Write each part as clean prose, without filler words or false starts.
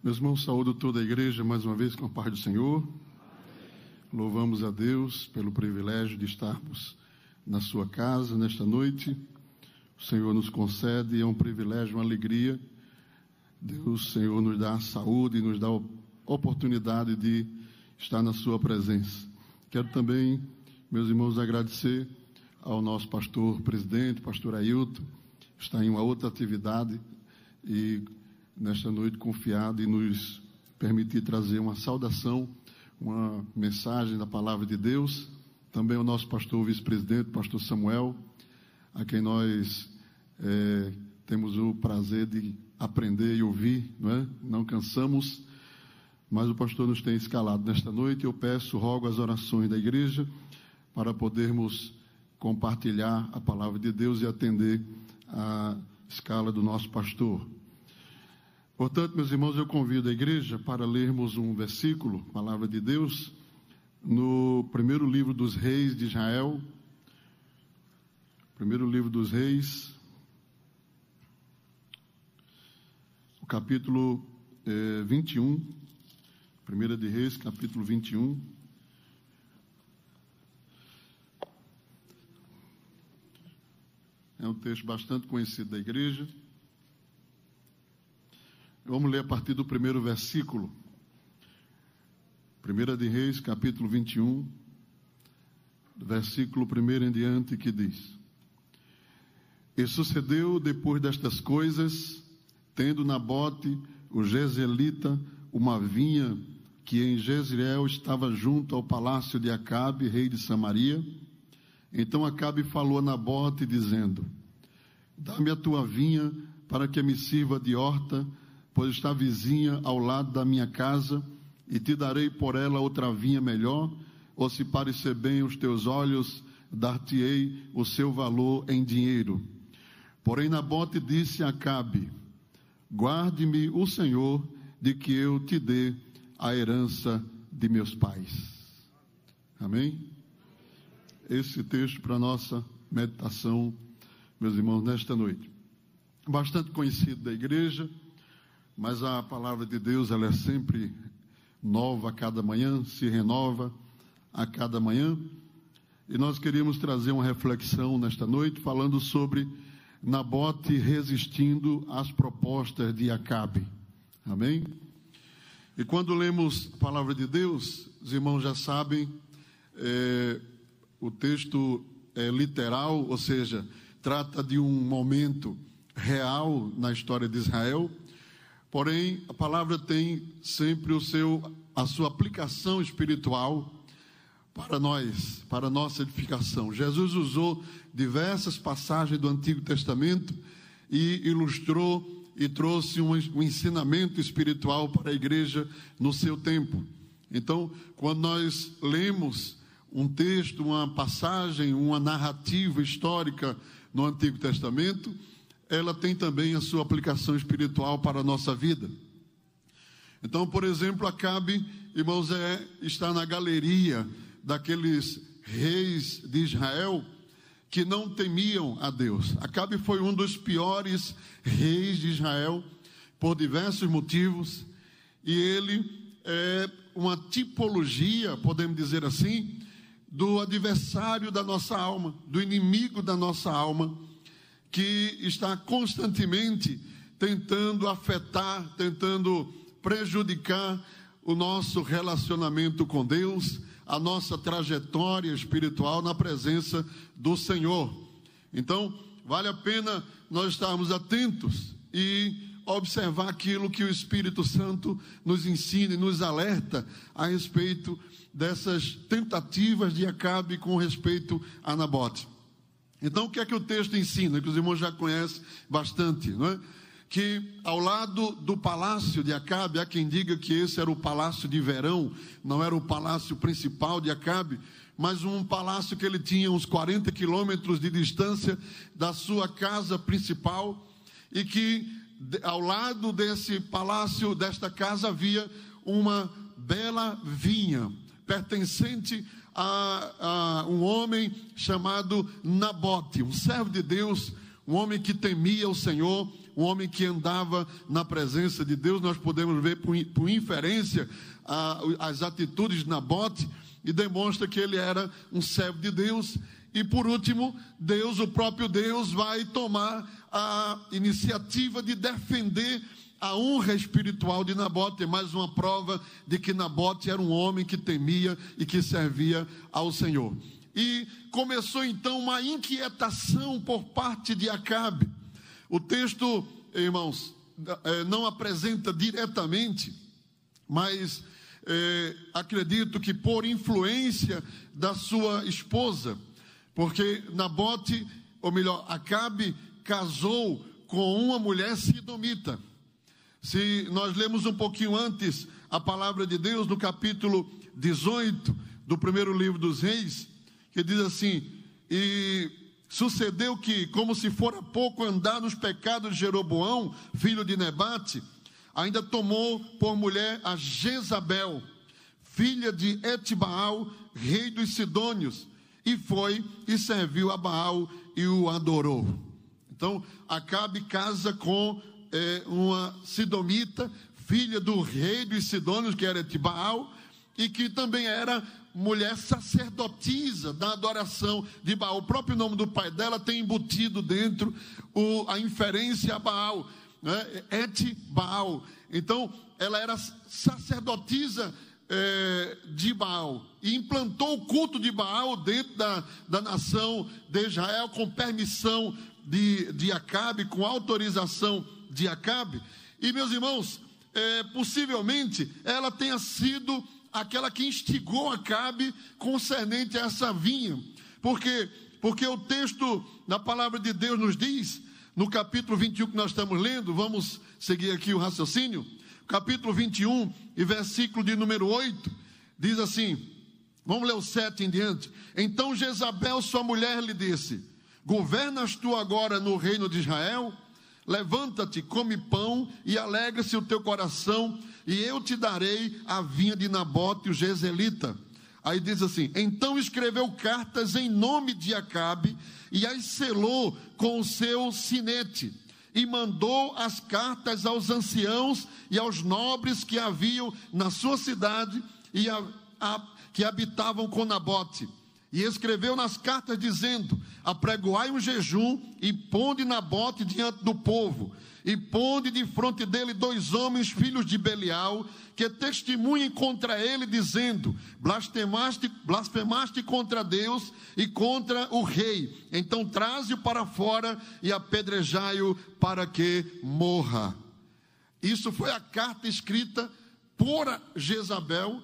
Meus irmãos, saúdo toda a igreja mais uma vez com a paz do Senhor. Louvamos a Deus pelo privilégio de estarmos na sua casa nesta noite. O Senhor nos concede, é um privilégio, uma alegria. Deus, Senhor, nos dá saúde e nos dá a oportunidade de estar na sua presença. Quero também, meus irmãos, agradecer ao nosso pastor presidente, pastor Ailton, que está em uma outra atividade e nesta noite confiado em nos permitir trazer uma saudação, uma mensagem da palavra de Deus. Também o nosso pastor vice-presidente, pastor Samuel, a quem nós temos o prazer de aprender e ouvir, não é? Não cansamos, mas o pastor nos tem escalado nesta noite. Eu rogo as orações da igreja para podermos compartilhar a palavra de Deus e atender a escala do nosso pastor. Portanto, meus irmãos, eu convido a igreja para lermos um versículo, palavra de Deus, no primeiro livro dos reis de Israel, primeiro livro dos reis, o capítulo 21, primeira de Reis, capítulo 21. É um texto bastante conhecido da igreja. Vamos ler a partir do primeiro versículo. Primeira de Reis, capítulo 21, versículo 1 em diante, que diz: E sucedeu depois destas coisas, tendo Nabote, o Jezreelita, uma vinha que em Jezreel estava junto ao palácio de Acabe, rei de Samaria. Então Acabe falou a Nabote, dizendo: Dá-me a tua vinha para que me sirva de horta, pois está vizinha ao lado da minha casa, e te darei por ela outra vinha melhor, ou se parecer bem aos teus olhos, dar-te-ei o seu valor em dinheiro. Porém Nabote disse a Acabe: Guarde-me o Senhor de que eu te dê a herança de meus pais. Amém? Esse texto para nossa meditação, meus irmãos, nesta noite. Bastante conhecido da igreja, mas a palavra de Deus, ela é sempre nova a cada manhã, se renova a cada manhã. E nós queríamos trazer uma reflexão nesta noite, falando sobre Nabote resistindo às propostas de Acabe. Amém? E quando lemos a palavra de Deus, os irmãos já sabem, o texto é literal, ou seja, trata de um momento real na história de Israel. Porém, a palavra tem sempre a sua aplicação espiritual para nós, para a nossa edificação. Jesus usou diversas passagens do Antigo Testamento e ilustrou e trouxe um ensinamento espiritual para a igreja no seu tempo. Então, quando nós lemos um texto, uma passagem, uma narrativa histórica no Antigo Testamento, ela tem também a sua aplicação espiritual para a nossa vida. Então, por exemplo, Acabe, irmãos, está na galeria daqueles reis de Israel que não temiam a Deus. Acabe foi um dos piores reis de Israel por diversos motivos, e ele é uma tipologia, podemos dizer assim, do adversário da nossa alma, do inimigo da nossa alma, que está constantemente tentando afetar, tentando prejudicar o nosso relacionamento com Deus, a nossa trajetória espiritual na presença do Senhor. Então, vale a pena nós estarmos atentos e observar aquilo que o Espírito Santo nos ensina e nos alerta a respeito dessas tentativas de Acabe com respeito a Nabote. Então, o que é que o texto ensina? Que os irmãos já conhecem bastante, não é? Que ao lado do palácio de Acabe, há quem diga que esse era o palácio de verão, não era o palácio principal de Acabe, mas um palácio que ele tinha uns 40 quilômetros de distância da sua casa principal, e que ao lado desse palácio, desta casa, havia uma bela vinha, pertencente a um homem chamado Nabote, um servo de Deus, um homem que temia o Senhor, um homem que andava na presença de Deus. Nós podemos ver por inferência as atitudes de Nabote, e demonstra que ele era um servo de Deus. E por último, Deus, o próprio Deus, vai tomar a iniciativa de defender a honra espiritual de Nabote. É mais uma prova de que Nabote era um homem que temia e que servia ao Senhor. E começou então uma inquietação por parte de Acabe. O texto, irmãos, não apresenta diretamente, mas acredito que por influência da sua esposa, porque Nabote, ou melhor, Acabe casou com uma mulher sidomita. Se nós lemos um pouquinho antes a palavra de Deus, no capítulo 18 do primeiro livro dos Reis, que diz assim: e sucedeu que, como se fora pouco andar nos pecados de Jeroboão, filho de Nebate, ainda tomou por mulher a Jezabel, filha de Etibaal, rei dos Sidônios, e foi e serviu a Baal e o adorou. Então, Acabe casa com uma sidomita, filha do rei dos Sidônios, que era Etibaal, e que também era mulher sacerdotisa da adoração de Baal. O próprio nome do pai dela tem embutido dentro a inferência a Baal, né? Et-Baal. Então, ela era sacerdotisa de Baal, e implantou o culto de Baal dentro da nação de Israel, com permissão de Acabe, com autorização de Acabe. E, meus irmãos, possivelmente ela tenha sido aquela que instigou Acabe concernente a essa vinha. Porque o texto da palavra de Deus nos diz, no capítulo 21 que nós estamos lendo, vamos seguir aqui o raciocínio, capítulo 21 e versículo de número 8, diz assim, vamos ler o 7 em diante. Então Jezabel, sua mulher, lhe disse: governas tu agora no reino de Israel? Levanta-te, come pão e alegra-se o teu coração, e eu te darei a vinha de Nabote, o Jezreelita. Aí diz assim: então escreveu cartas em nome de Acabe e as selou com o seu sinete, e mandou as cartas aos anciãos e aos nobres que haviam na sua cidade e que habitavam com Nabote. E escreveu nas cartas dizendo: apregoai um jejum e ponde Nabote diante do povo, e ponde de fronte dele 2 homens, filhos de Belial, que testemunhem contra ele, dizendo: blasfemaste contra Deus e contra o rei. Então traze-o para fora e apedrejai-o para que morra. Isso foi a carta escrita por Jezabel,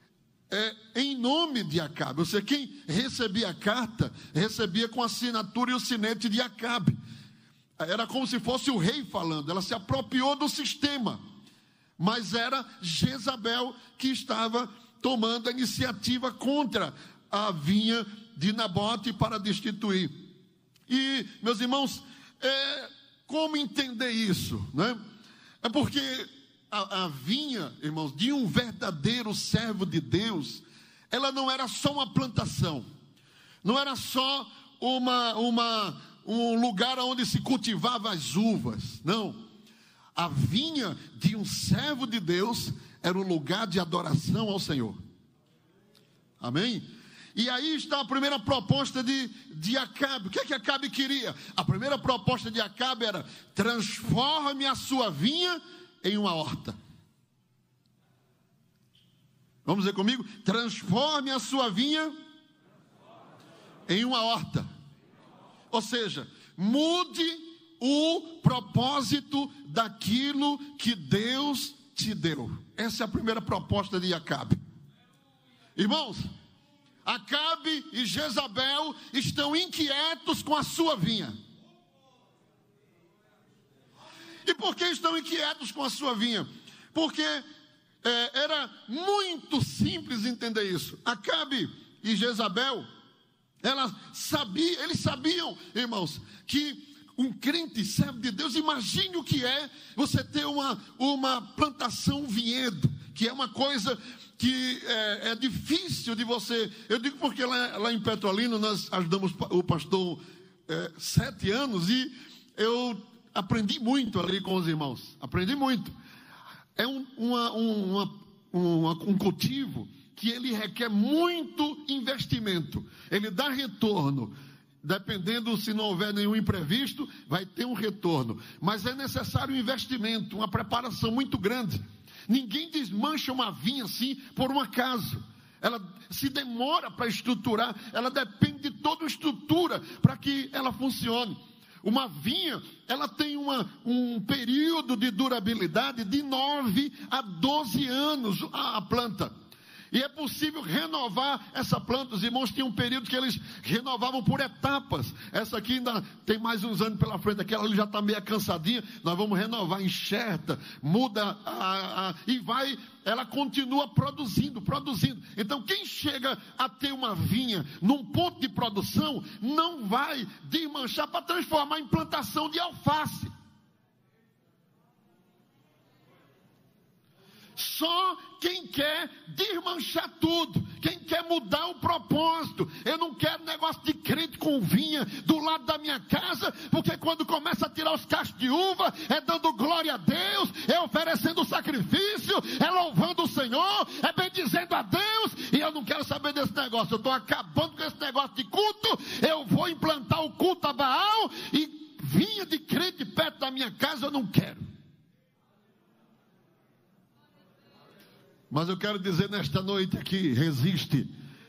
em nome de Acabe. Ou seja, quem recebia a carta, recebia com a assinatura e o sinete de Acabe. Era como se fosse o rei falando. Ela se apropriou do sistema, mas era Jezabel que estava tomando a iniciativa contra a vinha de Nabote para destituir. E, meus irmãos, como entender isso, né? É porque a vinha, irmãos, de um verdadeiro servo de Deus, ela não era só uma plantação, não era só um lugar onde se cultivava as uvas, não. A vinha de um servo de Deus era um lugar de adoração ao Senhor. Amém? E aí está a primeira proposta de Acabe. O que é que Acabe queria? A primeira proposta de Acabe era: transforme a sua vinha em uma horta. Vamos dizer comigo? Transforme a sua vinha em uma horta. Ou seja, mude o propósito daquilo que Deus te deu. Essa é a primeira proposta de Acabe. Irmãos, Acabe e Jezabel estão inquietos com a sua vinha. E por que estão inquietos com a sua vinha? Porque era muito simples entender isso. Acabe e Jezabel, eles sabiam, irmãos, que um crente servo de Deus, imagine o que é você ter uma plantação, um vinhedo, que é uma coisa que é difícil de você. Eu digo porque lá em Petrolina nós ajudamos o pastor 7 anos e eu aprendi muito ali com os irmãos. Aprendi muito. É um cultivo que ele requer muito investimento. Ele dá retorno. Dependendo, se não houver nenhum imprevisto, vai ter um retorno. Mas é necessário um investimento, uma preparação muito grande. Ninguém desmancha uma vinha assim por um acaso. Ela se demora para estruturar, ela depende de toda uma estrutura para que ela funcione. Uma vinha, ela tem um período de durabilidade de 9 a 12 anos, a planta. E é possível renovar essa planta. Os irmãos tinham um período que eles renovavam por etapas. Essa aqui ainda tem mais uns anos pela frente. Aquela ali já está meio cansadinha. Nós vamos renovar, enxerta, muda e vai. Ela continua produzindo. Então quem chega a ter uma vinha num ponto de produção, não vai desmanchar para transformar em plantação de alface. Só quem quer desmanchar tudo, quem quer mudar o propósito. Eu não quero negócio de crente com vinha do lado da minha casa, porque quando começa a tirar os cachos de uva, é dando glória a Deus, é oferecendo sacrifício, é louvando o Senhor, é bendizendo a Deus, e eu não quero saber desse negócio. Eu estou acabando com esse negócio de culto. Eu vou implantar o culto a Baal, e vinha de crente perto da minha casa eu não quero. Mas eu quero dizer nesta noite aqui, resiste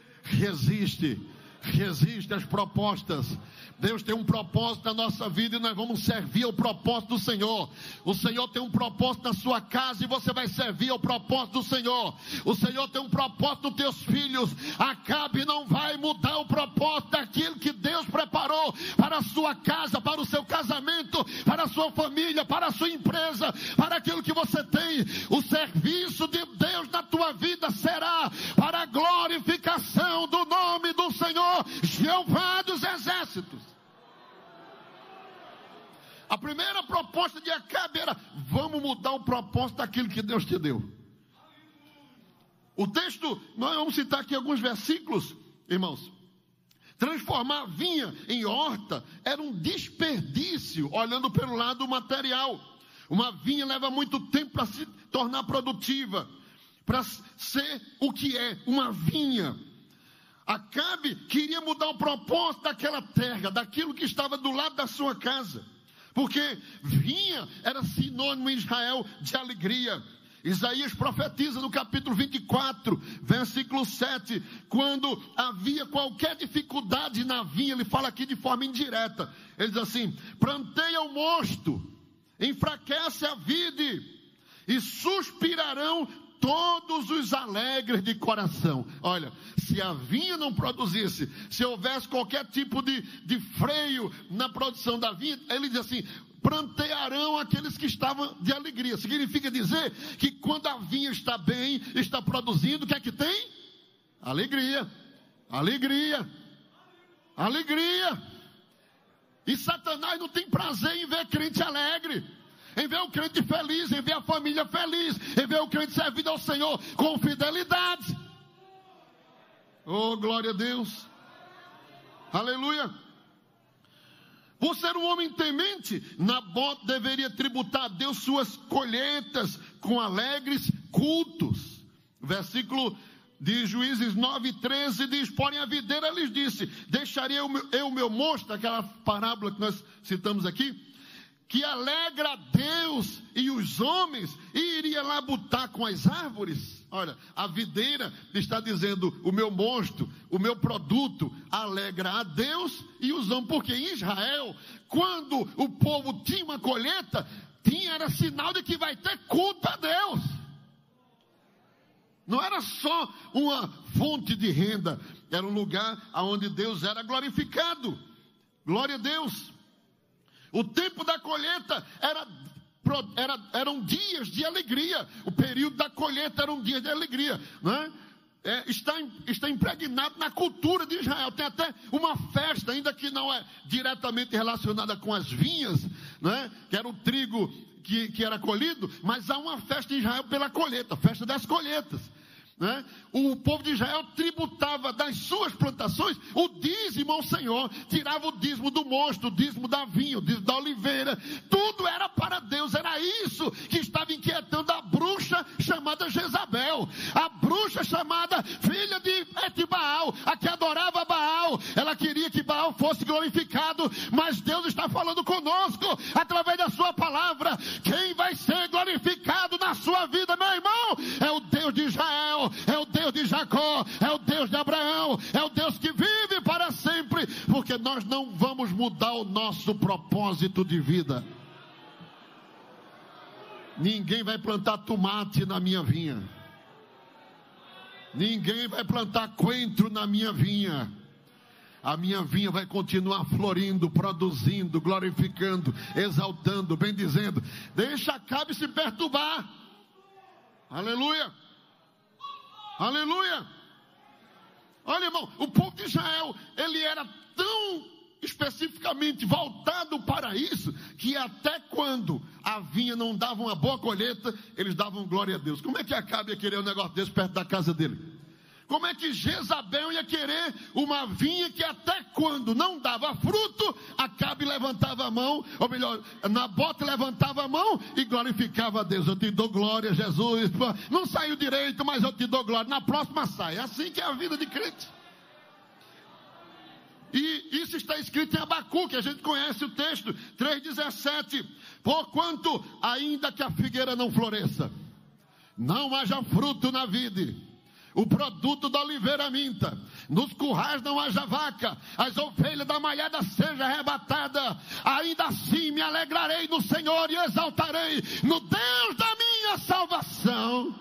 às propostas. Deus tem um propósito na nossa vida e nós vamos servir ao propósito do Senhor. O Senhor tem um propósito na sua casa e você vai servir ao propósito do Senhor. O Senhor tem um propósito nos teus filhos. Acabe não vai mudar o propósito daquilo que Deus preparou para a sua casa, para o seu casamento, para a sua família, para a sua empresa, para aquilo que você tem. O serviço de Deus na tua vida será para a glorificação do nome do Senhor, Jeová dos exércitos. A primeira proposta de Acabe era: vamos mudar o propósito daquilo que Deus te deu. O texto, nós vamos citar aqui alguns versículos, irmãos. Transformar a vinha em horta era um desperdício, olhando pelo lado material. Uma vinha leva muito tempo para se tornar produtiva, para ser o que é, uma vinha. Acabe queria mudar o propósito daquela terra, daquilo que estava do lado da sua casa. Porque vinha era sinônimo em Israel de alegria. Isaías profetiza no capítulo 24, versículo 7, quando havia qualquer dificuldade na vinha, ele fala aqui de forma indireta. Ele diz assim: planteia o mosto, enfraquece a vide, e suspirarão todos os alegres de coração. Olha, se a vinha não produzisse, se houvesse qualquer tipo de freio na produção da vinha, ele diz assim: plantearão aqueles que estavam de alegria. Significa dizer que quando a vinha está bem, está produzindo, o que é que tem? Alegria. E Satanás não tem prazer em ver crente alegre, em ver o crente feliz, em ver a família feliz, em ver o crente servindo ao Senhor com fidelidade. Oh, glória a Deus. Aleluia. Por ser um homem temente, Nabote deveria tributar a Deus suas colheitas com alegres cultos. Versículo de Juízes 9:13 diz: porém a videira lhes disse: deixaria eu o meu mosto, aquela parábola que nós citamos aqui, que alegra a Deus e os homens, e iria lá botar com as árvores. Olha, a videira está dizendo: o meu mosto, o meu produto alegra a Deus e os homens. Porque em Israel, quando o povo tinha uma colheita, era sinal de que vai ter culto a Deus. Não era só uma fonte de renda, era um lugar onde Deus era glorificado. Glória a Deus. O tempo da colheita eram dias de alegria. O período da colheita era um dia de alegria, não é? Está impregnado na cultura de Israel. Tem até uma festa, ainda que não é diretamente relacionada com as vinhas, não é? Que era o trigo que era colhido, mas há uma festa em Israel pela colheita, a festa das colheitas. né? O povo de Israel tributava das suas plantações o dízimo ao Senhor, tirava o dízimo do mosto, o dízimo da vinha, o dízimo da oliveira, tudo era para Deus. Era isso que estava inquietando a bruxa chamada Jezabel, a bruxa chamada filha de Etibaal, a que adorava Baal. Ela queria que Baal fosse glorificado, mas Deus está falando conosco através da sua palavra. Quem vai ser glorificado na sua vida, meu irmão, é o Deus de Israel, é o Deus de Jacó, é o Deus de Abraão, é o Deus que vive para sempre, porque nós não vamos mudar o nosso propósito de vida. Ninguém vai plantar tomate na minha vinha, ninguém vai plantar coentro na minha vinha. A minha vinha vai continuar florindo, produzindo, glorificando, exaltando, bendizendo. Deixa Acabe se perturbar. Aleluia. Aleluia. Olha, irmão, o povo de Israel, ele era tão especificamente voltado para isso, que até quando a vinha não dava uma boa colheita, eles davam glória a Deus. Como é que Acabe ia querer um negócio desse perto da casa dele? Como é que Jezabel ia querer uma vinha que até quando não dava fruto, Acabe levantava a mão, ou melhor, Nabote levantava a mão e glorificava a Deus. Eu te dou glória, Jesus. Não saiu direito, mas eu te dou glória. Na próxima sai. É assim que é a vida de crente. E isso está escrito em Abacuque, a gente conhece o texto, 3,17. Porquanto, ainda que a figueira não floresça, não haja fruto na vide, o produto da oliveira minta, nos currais não haja vaca, as ovelhas da malhada seja arrebatada, ainda assim me alegrarei no Senhor e exaltarei no Deus da minha salvação.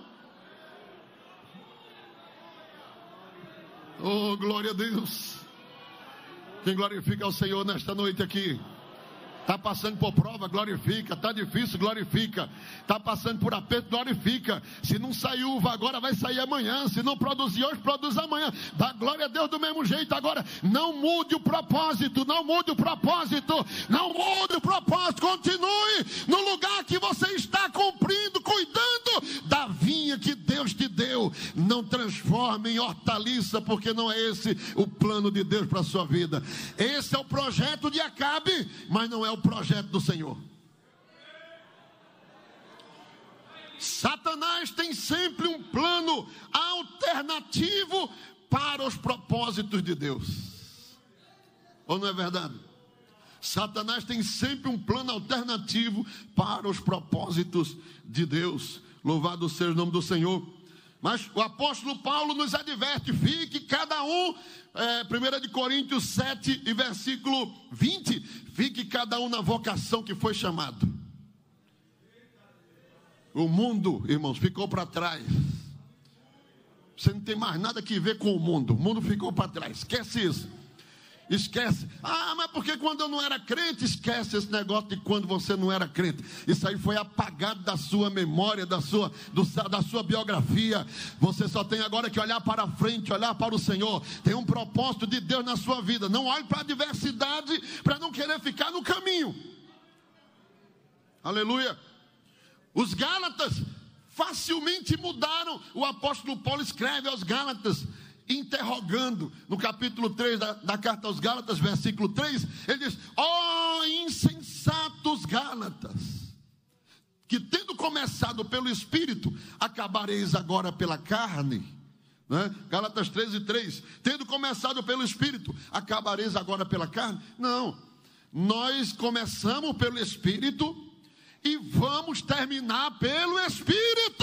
Oh, glória a Deus. Quem glorifica ao Senhor nesta noite aqui? Está passando por prova, glorifica. Está difícil, glorifica. Está passando por aperto, glorifica. Se não sair uva agora, vai sair amanhã. Se não produzir hoje, produz amanhã. Dá glória a Deus do mesmo jeito. Agora, não mude o propósito. Não mude o propósito. Não mude o propósito. Continue no lugar que você está cumprindo, cuidando da vinha que Deus te deu. Não transforme em hortaliça, porque não é esse o plano de Deus para a sua vida. Esse é o projeto de Acabe, mas não é o projeto do Senhor. Satanás tem sempre um plano alternativo para os propósitos de Deus. Ou não é verdade? Satanás tem sempre um plano alternativo para os propósitos de Deus. Louvado seja o nome do Senhor. Mas o apóstolo Paulo nos adverte: fique cada um, 1 Coríntios 7 e versículo 20, fique cada um na vocação que foi chamado. O mundo, irmãos, ficou para trás. Você não tem mais nada que ver com o mundo ficou para trás, esquece isso. Esquece. Mas porque quando eu não era crente? Esquece esse negócio de quando você não era crente. Isso aí foi apagado da sua memória, da sua biografia. Você só tem agora que olhar para frente, olhar para o Senhor. Tem um propósito de Deus na sua vida. Não olhe para a adversidade para não querer ficar no caminho. Aleluia. Os Gálatas facilmente mudaram. O apóstolo Paulo escreve aos Gálatas, interrogando, no capítulo 3 da carta aos Gálatas, versículo 3, ele diz: ó insensatos Gálatas, que tendo começado pelo Espírito, acabareis agora pela carne. Né? Gálatas 13:3, tendo começado pelo Espírito, acabareis agora pela carne? Não, nós começamos pelo Espírito e vamos terminar pelo Espírito.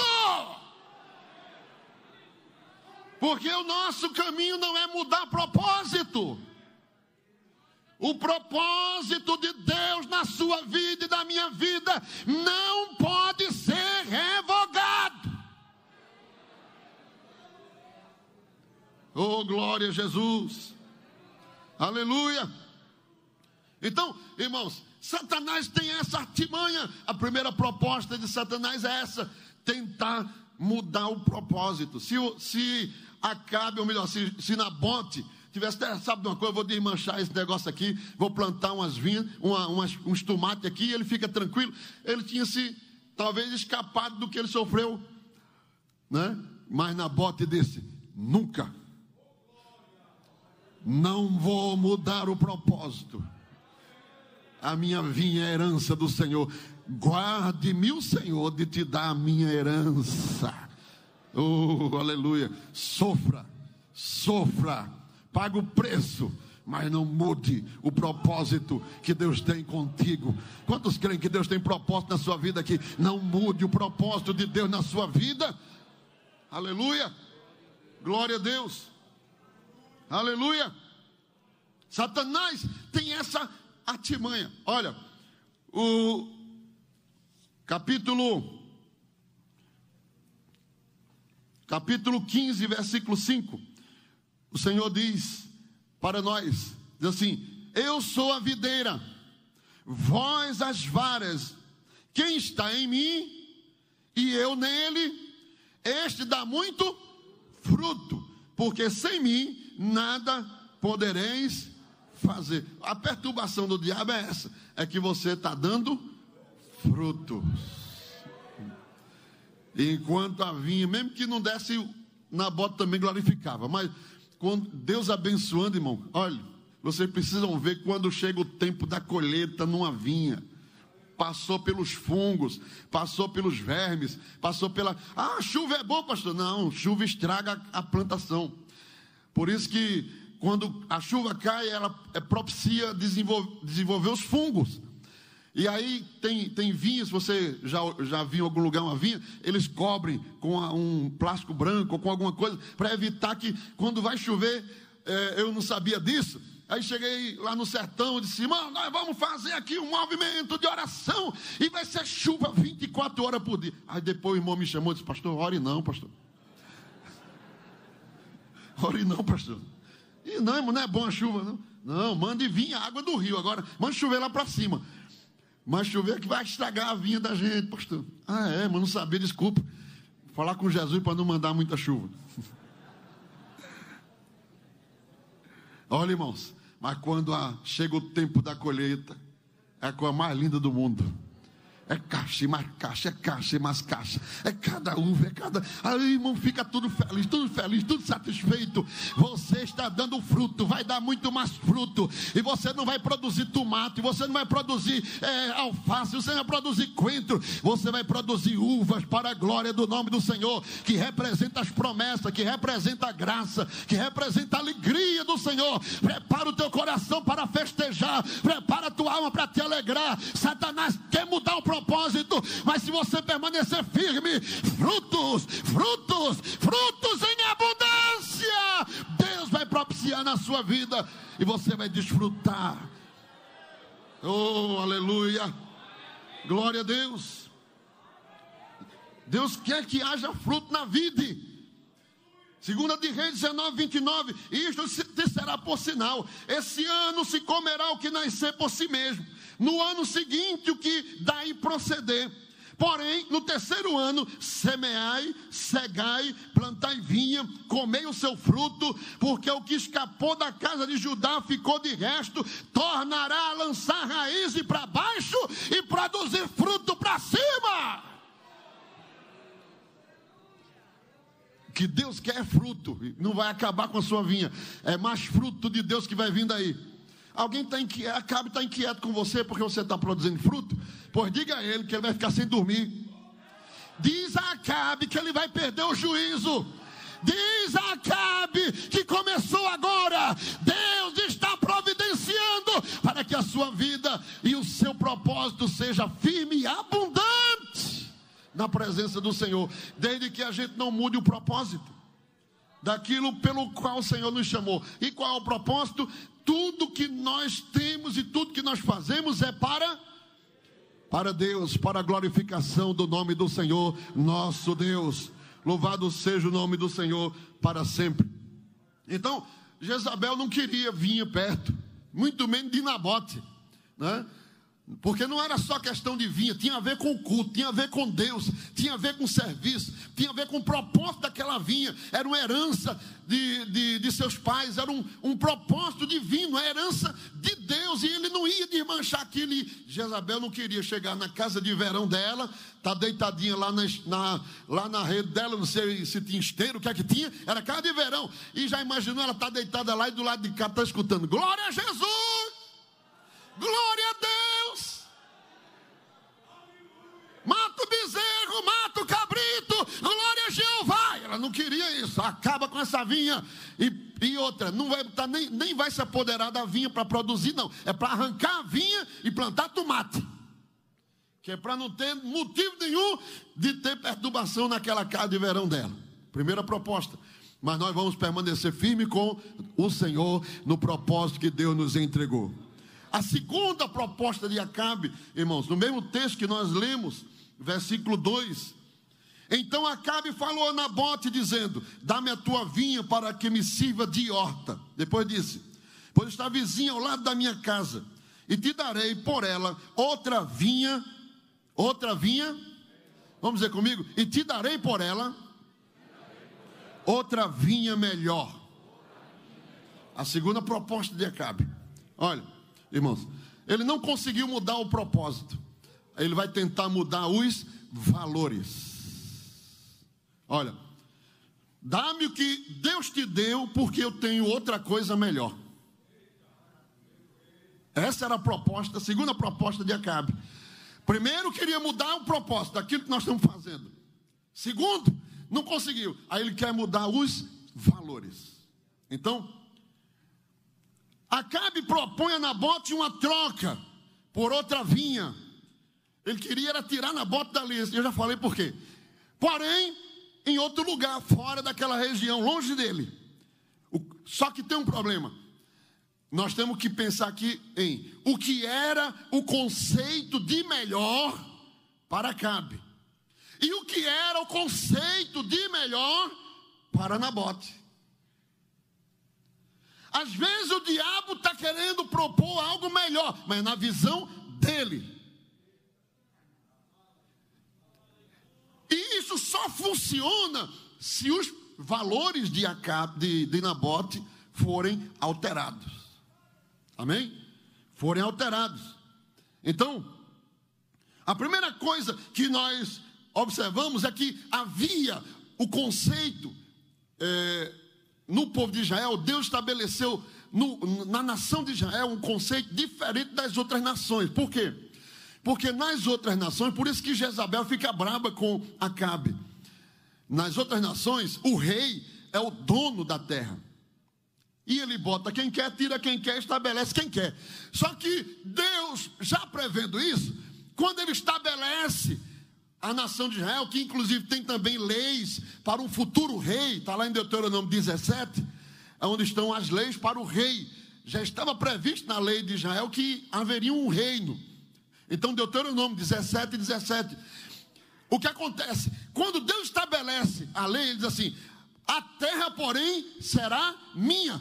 Porque o nosso caminho não é mudar propósito. O propósito de Deus na sua vida e na minha vida não pode ser revogado. Oh, glória a Jesus. Aleluia. Então, irmãos, Satanás tem essa artimanha. A primeira proposta de Satanás é essa: tentar mudar o propósito. Se Acabe, ou melhor, se Nabote tivesse, sabe de uma coisa, eu vou desmanchar esse negócio aqui, vou plantar umas vinhas, uns tomates aqui, e ele fica tranquilo. Ele tinha se talvez escapado do que ele sofreu, né? Mas Nabote disse: nunca. Não vou mudar o propósito. A minha vinha é herança do Senhor. Guarde-me o Senhor de te dar a minha herança. Oh, aleluia. Sofra, paga o preço, mas não mude o propósito que Deus tem contigo. Quantos creem que Deus tem propósito na sua vida aqui? Não mude o propósito de Deus na sua vida. Aleluia. Glória a Deus. Aleluia. Satanás tem essa artimanha. Olha, o capítulo 15, versículo 5. O Senhor diz para nós, diz assim: eu sou a videira, vós as varas. Quem está em mim e eu nele, este dá muito fruto, porque sem mim nada podereis fazer. A perturbação do diabo é essa, é que você está dando frutos. Enquanto a vinha, mesmo que não desse, Nabote também glorificava. Mas quando Deus abençoando, irmão, olha, vocês precisam ver quando chega o tempo da colheita numa vinha. Passou pelos fungos, passou pelos vermes, passou pela... Ah, chuva é bom, pastor. Não, chuva estraga a plantação. Por isso que quando a chuva cai, ela propicia desenvolver os fungos. E aí tem vinhas, você já viu em algum lugar uma vinha, eles cobrem com um plástico branco ou com alguma coisa, para evitar que quando vai chover, eu não sabia disso. Aí cheguei lá no sertão e disse: irmão, nós vamos fazer aqui um movimento de oração e vai ser chuva 24 horas por dia. Aí depois o irmão me chamou e disse: pastor, ore não, pastor. Ore não, pastor. E não, irmão, não é bom a chuva, não. Não, mande vir a água do rio agora, mande chover lá para cima. Mas chover que vai estragar a vinha da gente, pastor. Ah, é, mas não sabia, desculpa. Vou falar com Jesus para não mandar muita chuva. Olha, irmãos, mas quando chega o tempo da colheita, é a coisa mais linda do mundo. É caixa e mais caixa, é caixa e mais caixa. É cada uva, é cada... Aí, irmão, fica tudo feliz, tudo satisfeito. Você está dando fruto, vai dar muito mais fruto. E você não vai produzir tomate, você não vai produzir alface, você não vai produzir coentro. Você vai produzir uvas para a glória do nome do Senhor, que representa as promessas, que representa a graça, que representa a alegria do Senhor. Prepara o teu coração para festejar, prepara a tua alma para te alegrar. Satanás quer mudar o propósito, mas se você permanecer firme, frutos em abundância, Deus vai propiciar na sua vida e você vai desfrutar. Oh, aleluia, glória a Deus. Deus quer que haja fruto na vida. 2 de Reis 19, 29, isto te será por sinal: esse ano se comerá o que nascer por si mesmo, no ano seguinte o que daí proceder. Porém, no terceiro ano, semeai, cegai, plantai vinha, comei o seu fruto, porque o que escapou da casa de Judá ficou de resto, tornará a lançar raiz para baixo e produzir fruto para cima. Que Deus quer fruto, não vai acabar com a sua vinha, é mais fruto de Deus que vai vindo aí. Alguém está inquieto, Acabe está inquieto com você porque você está produzindo fruto? Pois diga a ele que ele vai ficar sem dormir. Diz a Acabe que ele vai perder o juízo. Diz a Acabe que começou agora. Deus está providenciando para que a sua vida e o seu propósito seja firme e abundante na presença do Senhor, desde que a gente não mude o propósito daquilo pelo qual o Senhor nos chamou. E qual é o propósito? Tudo que nós temos e tudo que nós fazemos é para Deus, para a glorificação do nome do Senhor, nosso Deus. Louvado seja o nome do Senhor para sempre. Então, Jezabel não queria vinha perto, muito menos de Nabote, né? Porque não era só questão de vinha, tinha a ver com o culto, tinha a ver com Deus, tinha a ver com o serviço, tinha a ver com o propósito daquela vinha. Era uma herança de seus pais, era um propósito divino, a herança de Deus. E ele não ia desmanchar aquilo. E Jezabel não queria chegar na casa de verão dela, tá deitadinha lá na rede dela, não sei se tinha esteiro, o que é que tinha, era casa de verão. E já imaginou, ela tá deitada lá e do lado de cá está escutando: glória a Jesus! Glória a Deus! Mata o bezerro, mata o cabrito, glória a Jeová. Ela não queria isso. Acaba com essa vinha. E outra, não vai botar, nem vai se apoderar da vinha para produzir, não. É para arrancar a vinha e plantar tomate. Que é para não ter motivo nenhum de ter perturbação naquela casa de verão dela. Primeira proposta. Mas nós vamos permanecer firme com o Senhor no propósito que Deus nos entregou. A segunda proposta de Acabe, irmãos, no mesmo texto que nós lemos, versículo 2: então Acabe falou a Nabote dizendo: dá-me a tua vinha para que me sirva de horta. Depois disse: pois está vizinha ao lado da minha casa, e te darei por ela outra vinha, vamos dizer comigo, e te darei por ela outra vinha melhor. A segunda proposta de Acabe. Olha, irmãos, ele não conseguiu mudar o propósito. Ele vai tentar mudar os valores. Olha, dá-me o que Deus te deu, porque eu tenho outra coisa melhor. Essa era a proposta, a segunda proposta de Acabe. Primeiro, queria mudar o propósito daquilo que nós estamos fazendo. Segundo, não conseguiu. Aí ele quer mudar os valores. Então, Acabe propõe a Nabote uma troca por outra vinha. Ele queria era tirar Nabote da lista. Eu já falei por quê. Porém, em outro lugar, fora daquela região, longe dele. Só que tem um problema. Nós temos que pensar aqui em o que era o conceito de melhor para Acabe. E o que era o conceito de melhor para Nabote. Às vezes o diabo está querendo propor algo melhor, mas na visão dele. E isso só funciona se os valores de Nabote forem alterados. Amém? Forem alterados. Então, a primeira coisa que nós observamos é que havia o conceito no povo de Israel. Deus estabeleceu na nação de Israel um conceito diferente das outras nações. Por quê? Porque nas outras nações, por isso que Jezabel fica braba com Acabe. Nas outras nações, o rei é o dono da terra. E ele bota quem quer, tira quem quer, estabelece quem quer. Só que Deus, já prevendo isso, quando ele estabelece a nação de Israel, que inclusive tem também leis para um futuro rei, está lá em Deuteronômio 17, onde estão as leis para o rei. Já estava previsto na lei de Israel que haveria um reino. Então, Deuteronômio 17, 17. O que acontece? Quando Deus estabelece a lei, ele diz assim: a terra, porém, será minha.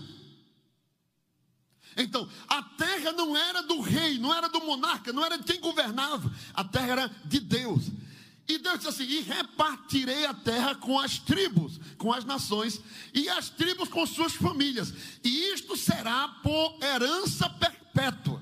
Então, a terra não era do rei, não era do monarca, não era de quem governava. A terra era de Deus. E Deus disse assim: e repartirei a terra com as tribos, com as nações, e as tribos com suas famílias. E isto será por herança perpétua.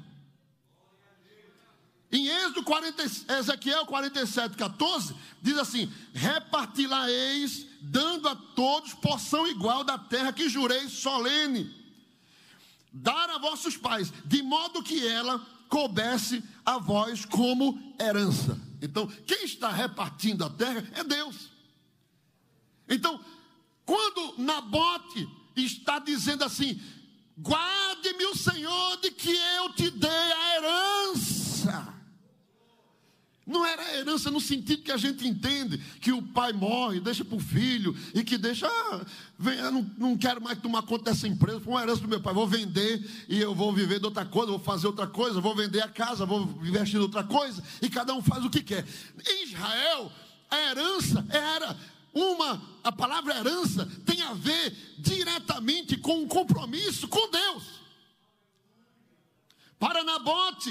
Em Ezequiel 47, 14, diz assim: reparti-la-eis, dando a todos porção igual da terra que jurei solene dar a vossos pais, de modo que ela coubesse a vós como herança. Então, quem está repartindo a terra é Deus. Então, quando Nabote está dizendo assim: guarde-me o Senhor de que eu te dei a herança. Não era herança no sentido que a gente entende, que o pai morre, deixa para o filho, e que deixa, eu não quero mais tomar conta dessa empresa, foi uma herança do meu pai, vou vender e eu vou viver de outra coisa, vou fazer outra coisa, vou vender a casa, vou investir em outra coisa, e cada um faz o que quer. Em Israel, a herança era a palavra herança tem a ver diretamente com um compromisso com Deus. Para Nabote,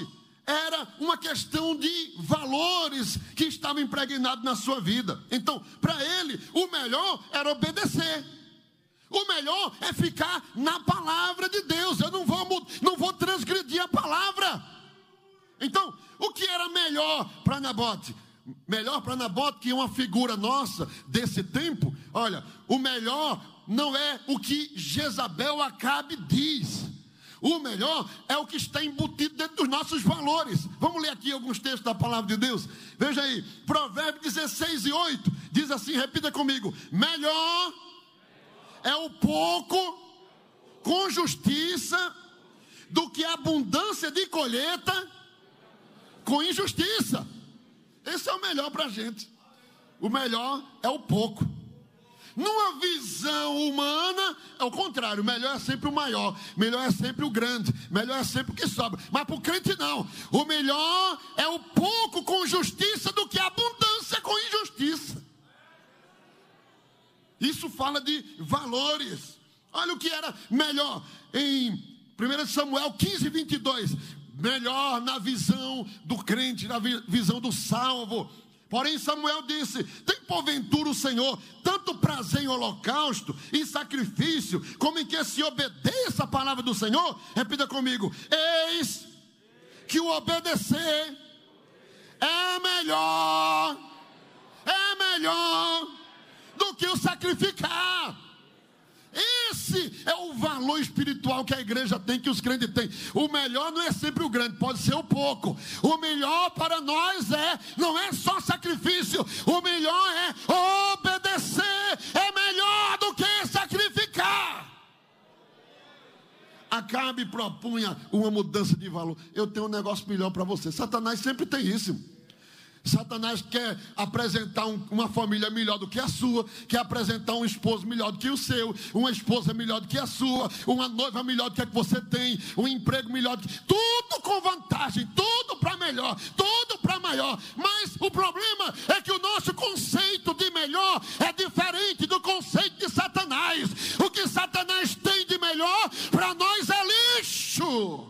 era uma questão de valores que estavam impregnados na sua vida. Então, para ele, o melhor era obedecer. O melhor é ficar na palavra de Deus. Eu não vou transgredir a palavra. Então, o que era melhor para Nabote? Melhor para Nabote, que é uma figura nossa desse tempo. Olha, o melhor não é o que Jezabel Acabe diz. O melhor é o que está embutido dentro dos nossos valores. Vamos ler aqui alguns textos da palavra de Deus. Veja aí, Provérbios 16:8 diz assim, repita comigo: melhor é o pouco com justiça do que a abundância de colheita com injustiça. Esse é o melhor para a gente. O melhor é o pouco. Numa visão humana, é o contrário. Melhor é sempre o maior, melhor é sempre o grande, melhor é sempre o que sobra. Mas para o crente não. O melhor é o pouco com justiça do que a abundância com injustiça. Isso fala de valores. Olha o que era melhor em 1 Samuel 15:22. Melhor na visão do crente, na visão do salvo. Porém Samuel disse: tem porventura o Senhor tanto prazer em holocausto e sacrifício, como em que se obedeça a palavra do Senhor? Repita comigo: eis que o obedecer é melhor do que o sacrificar. Esse é o valor espiritual que a igreja tem, que os crentes têm. O melhor não é sempre o grande, pode ser o pouco. O melhor para nós não é só sacrifício. O melhor é obedecer. É melhor do que sacrificar. Acabe propunha uma mudança de valor. Eu tenho um negócio melhor para você. Satanás sempre tem isso. Satanás quer apresentar uma família melhor do que a sua, quer apresentar um esposo melhor do que o seu, uma esposa melhor do que a sua, uma noiva melhor do que a que você tem, um emprego melhor do que... Tudo com vantagem, tudo para melhor, tudo para maior. Mas o problema é que o nosso conceito de melhor é diferente do conceito de Satanás. O que Satanás tem de melhor para nós é lixo.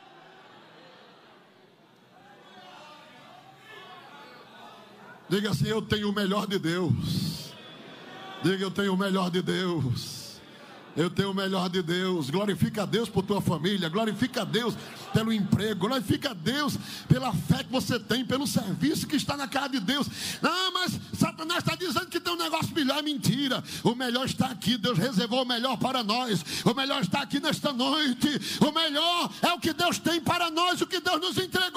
Diga assim: eu tenho o melhor de Deus. Diga: eu tenho o melhor de Deus. Eu tenho o melhor de Deus. Glorifica a Deus por tua família. Glorifica a Deus pelo emprego. Glorifica a Deus pela fé que você tem, pelo serviço que está na casa de Deus. Não, mas Satanás está dizendo que tem um negócio melhor. É mentira. O melhor está aqui. Deus reservou o melhor para nós. O melhor está aqui nesta noite. O melhor é o que Deus tem para nós, o que Deus nos entregou.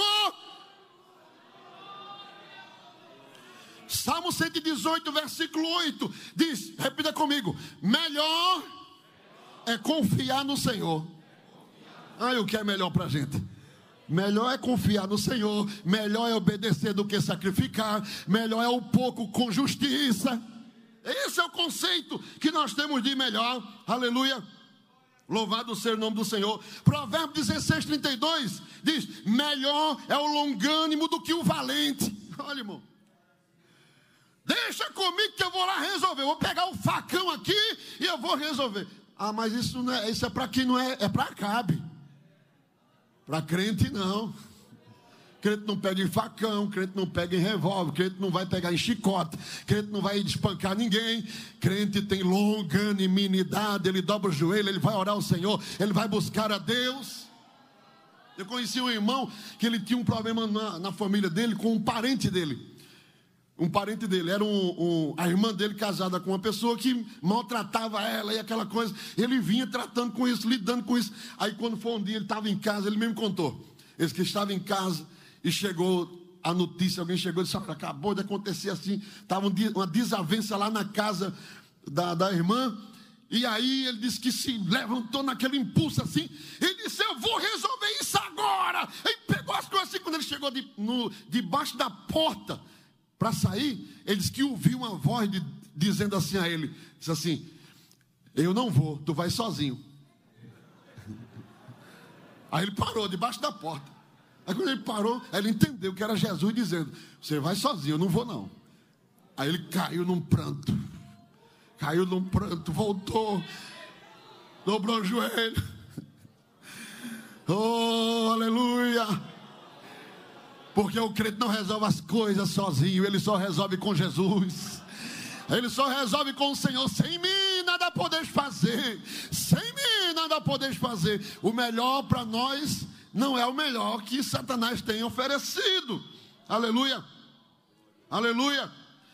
Salmo 118, versículo 8 diz, repita comigo: melhor é confiar no Senhor. O que é melhor para a gente? Melhor é confiar no Senhor. Melhor é obedecer do que sacrificar. Melhor é o pouco com justiça. Esse é o conceito que nós temos de melhor. Aleluia. Louvado seja o nome do Senhor. Provérbios 16:32 diz: melhor é o longânimo do que o valente. Olha, irmão, deixa comigo que eu vou lá resolver. Vou pegar o facão aqui e eu vou resolver. Mas isso não é, isso é para quem não é, é para Acabe. Para crente não. Crente não pega em facão, crente não pega em revólver, crente não vai pegar em chicote, crente não vai espancar ninguém. Crente tem longanimidade, ele dobra o joelho, ele vai orar ao Senhor, ele vai buscar a Deus. Eu conheci um irmão que ele tinha um problema na família dele com um parente dele. Um parente dele, era a irmã dele casada com uma pessoa que maltratava ela e aquela coisa. Ele vinha tratando com isso, lidando com isso. Aí quando foi um dia, ele estava em casa, ele mesmo contou. Ele que estava em casa e chegou a notícia, alguém chegou e disse: acabou de acontecer assim. Estava uma desavença lá na casa da irmã. E aí ele disse que se levantou naquele impulso assim. Ele disse: eu vou resolver isso agora. Ele pegou as coisas assim. Quando ele chegou debaixo da porta para sair, ele disse que ouviu uma voz dizendo assim a ele, disse assim: eu não vou, tu vai sozinho. Aí ele parou debaixo da porta. Aí quando ele parou, ele entendeu que era Jesus dizendo: você vai sozinho, eu não vou não. Aí ele caiu num pranto, voltou, dobrou o joelho. Oh, aleluia. Porque o crente não resolve as coisas sozinho, ele só resolve com Jesus. Ele só resolve com o Senhor. Sem mim nada podeis fazer. Sem mim nada podeis fazer. O melhor para nós não é o melhor que Satanás tem oferecido. Aleluia. Aleluia.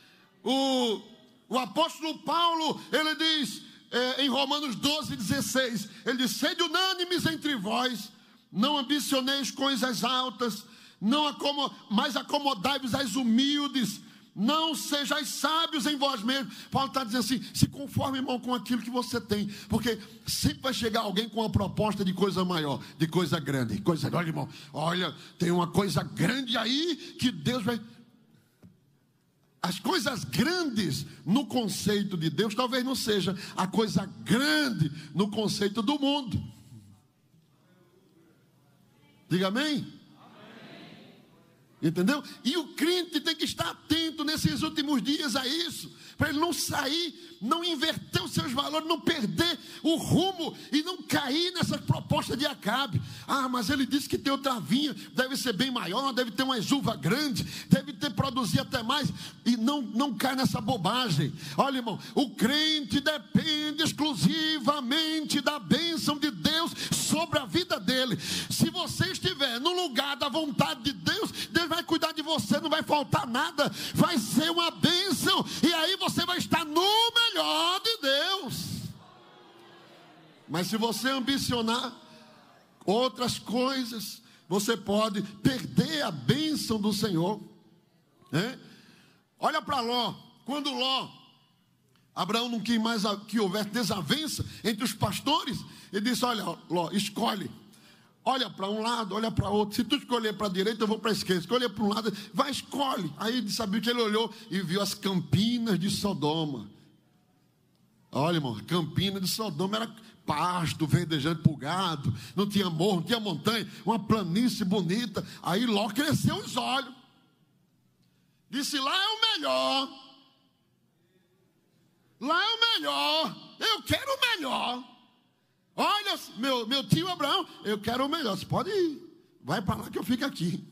O apóstolo Paulo, ele diz em Romanos 12:16, ele diz: sede unânimes entre vós, não ambicioneis coisas altas, mas acomodai-vos às humildes, não sejais sábios em vós mesmos. Paulo está dizendo assim: se conforme, irmão, com aquilo que você tem, porque sempre vai chegar alguém com uma proposta de coisa maior, de coisa grande, olha, irmão, olha, tem uma coisa grande aí que Deus vai... As coisas grandes no conceito de Deus talvez não seja a coisa grande no conceito do mundo. Diga amém? Entendeu? E o crente tem que estar atento nesses últimos dias a isso, para ele não sair, não inverter os seus valores, não perder o rumo e não cair nessas propostas de Acabe. Ah, mas ele disse que tem outra vinha, deve ser bem maior, deve ter uma uva grande, deve produzir até mais, e não cai nessa bobagem. Olha, irmão, o crente depende exclusivamente da bênção de Deus sobre a vida dele. Se você estiver no lugar da vontade de Deus, Deus vai cuidar de você, não vai faltar nada, vai ser uma bênção, e aí você vai estar no melhor de Deus. Mas se você ambicionar outras coisas, você pode perder a bênção do Senhor, né? Olha para Ló. Quando Abraão não quis mais que houvesse desavença entre os pastores, ele disse: olha, Ló, escolhe. Olha para um lado, olha para outro. Se tu escolher para a direita, eu vou para a esquerda. Escolher para um lado, vai, escolhe. Aí ele sabia que ele olhou e viu as campinas de Sodoma. Olha, irmão, a campina de Sodoma era pasto, verdejante para o gado. Não tinha morro, não tinha montanha, uma planície bonita. Aí Ló cresceu os olhos. Disse: lá é o melhor. Lá é o melhor. Eu quero o melhor. Olha, meu tio Abraão, eu quero o melhor. Você pode ir, vai para lá que eu fico aqui.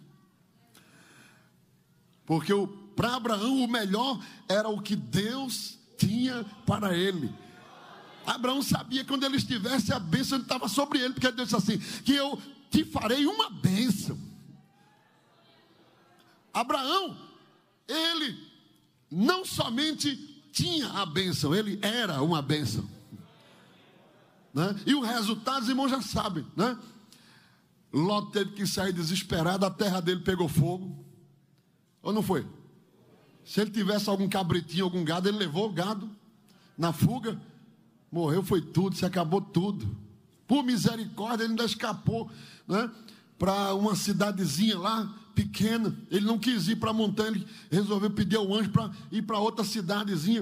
Porque para Abraão o melhor era o que Deus tinha para ele. Abraão sabia que quando ele estivesse, a bênção estava sobre ele, porque Deus disse assim: que eu te farei uma bênção. Abraão, ele não somente tinha a bênção, ele era uma bênção, né? E o resultado, os irmãos já sabem, né? Ló teve que sair desesperado, a terra dele pegou fogo. Ou não foi? Se ele tivesse algum cabritinho, algum gado, ele levou o gado na fuga, morreu, foi tudo, se acabou tudo. Por misericórdia, ele ainda escapou, né, para uma cidadezinha lá, pequena. Ele não quis ir para a montanha, ele resolveu pedir ao anjo para ir para outra cidadezinha.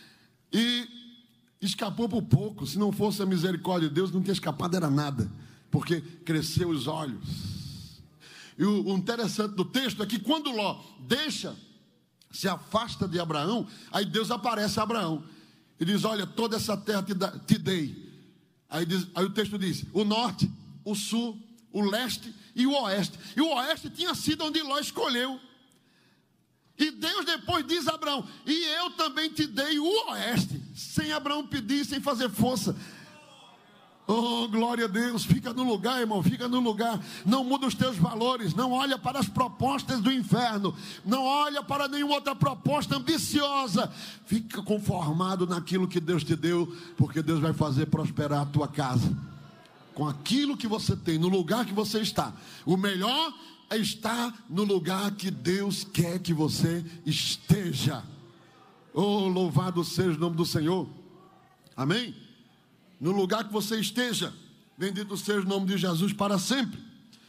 E escapou por pouco. Se não fosse a misericórdia de Deus, não tinha escapado, era nada, porque cresceu os olhos. E o interessante do texto é que quando Ló se afasta de Abraão, aí Deus aparece a Abraão e diz: olha, toda essa terra te dei. Aí o texto diz: o norte, o sul, o leste e o oeste. E o oeste tinha sido onde Ló escolheu. E Deus depois diz a Abraão: e eu também te dei o oeste, sem Abraão pedir, sem fazer força. Oh, glória a Deus. Fica no lugar, irmão, fica no lugar. Não muda os teus valores, não olha para as propostas do inferno, não olha para nenhuma outra proposta ambiciosa. Fica conformado naquilo que Deus te deu, porque Deus vai fazer prosperar a tua casa com aquilo que você tem, no lugar que você está. O melhor é estar no lugar que Deus quer que você esteja. Oh, louvado seja o nome do Senhor. Amém? No lugar que você esteja, bendito seja o nome de Jesus para sempre.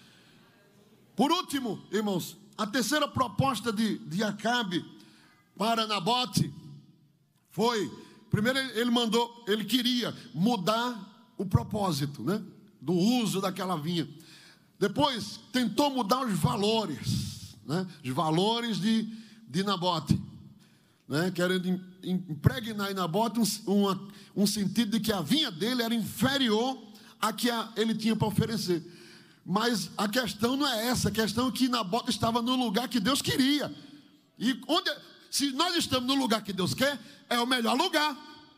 Por último, irmãos, a terceira proposta de Acabe para Nabote foi: primeiro ele queria mudar o propósito, né, do uso daquela vinha. Depois tentou mudar os valores, né, os valores de Nabote, né, querendo impregnar em Nabote um sentido de que a vinha dele era inferior à que ele tinha para oferecer. Mas a questão não é essa, a questão é que Nabote estava no lugar que Deus queria. E se nós estamos no lugar que Deus quer, é o melhor lugar.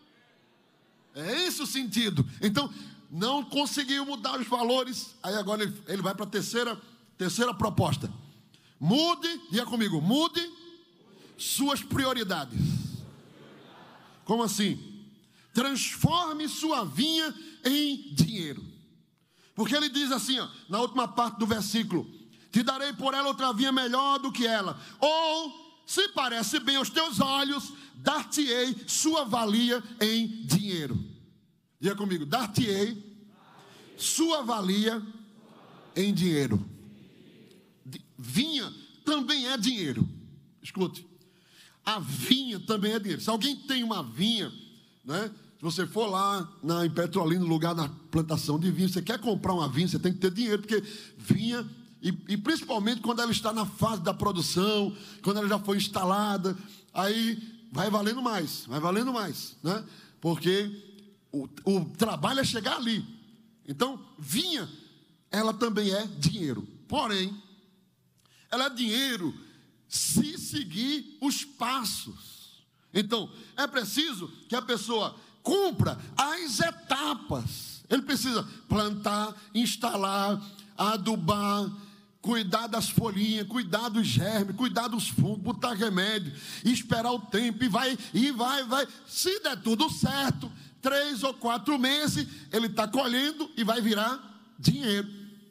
É esse o sentido. Então, não conseguiu mudar os valores. Aí agora ele vai para a terceira proposta. Mude, diga comigo, mude suas prioridades. Como assim? Transforme sua vinha em dinheiro. Porque ele diz assim, ó, na última parte do versículo: te darei por ela outra vinha melhor do que ela. Ou, se parece bem aos teus olhos, dar-te-ei sua valia em dinheiro. Diga comigo, dar-te-ei sua valia em dinheiro. Vinha também é dinheiro. Escute, a vinha também é dinheiro. Se alguém tem uma vinha, né? Se você for lá em Petrolina, no lugar da plantação de vinho, você quer comprar uma vinha, você tem que ter dinheiro, porque vinha, e principalmente quando ela está na fase da produção, quando ela já foi instalada, aí vai valendo mais, né? Porque o trabalho é chegar ali. Então, vinha, ela também é dinheiro. Porém, ela é dinheiro se seguir os passos. Então, é preciso que a pessoa cumpra as etapas. Ele precisa plantar, instalar, adubar, cuidar das folhinhas, cuidar dos germes, cuidar dos fungos, botar remédio, esperar o tempo, e vai. Se der tudo certo, 3 ou 4 meses, ele está colhendo e vai virar dinheiro.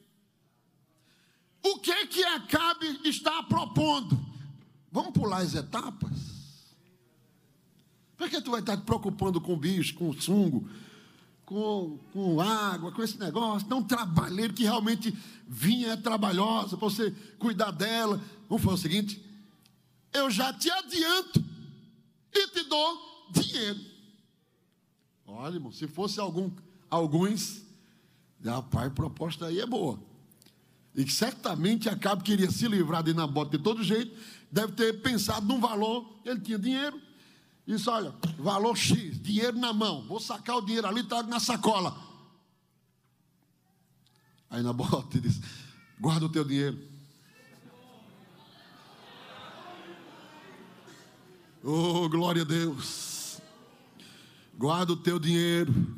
O que Acabe está propondo? Vamos pular as etapas? Por que tu vai estar te preocupando com bicho, com fungo, com água, com esse negócio? Não trabalheiro, que realmente vinha é trabalhosa, para você cuidar dela. Vamos fazer o seguinte: eu já te adianto e te dou dinheiro. Olha, irmão, se fosse alguns, rapaz, a proposta aí é boa. E que certamente Acabe queria se livrar de Nabote de todo jeito, deve ter pensado num valor, ele tinha dinheiro. Isso, olha, valor X, dinheiro na mão, vou sacar o dinheiro ali, trago na sacola. Aí Nabote diz: guarda o teu dinheiro. Oh, glória a Deus. Guarda o teu dinheiro.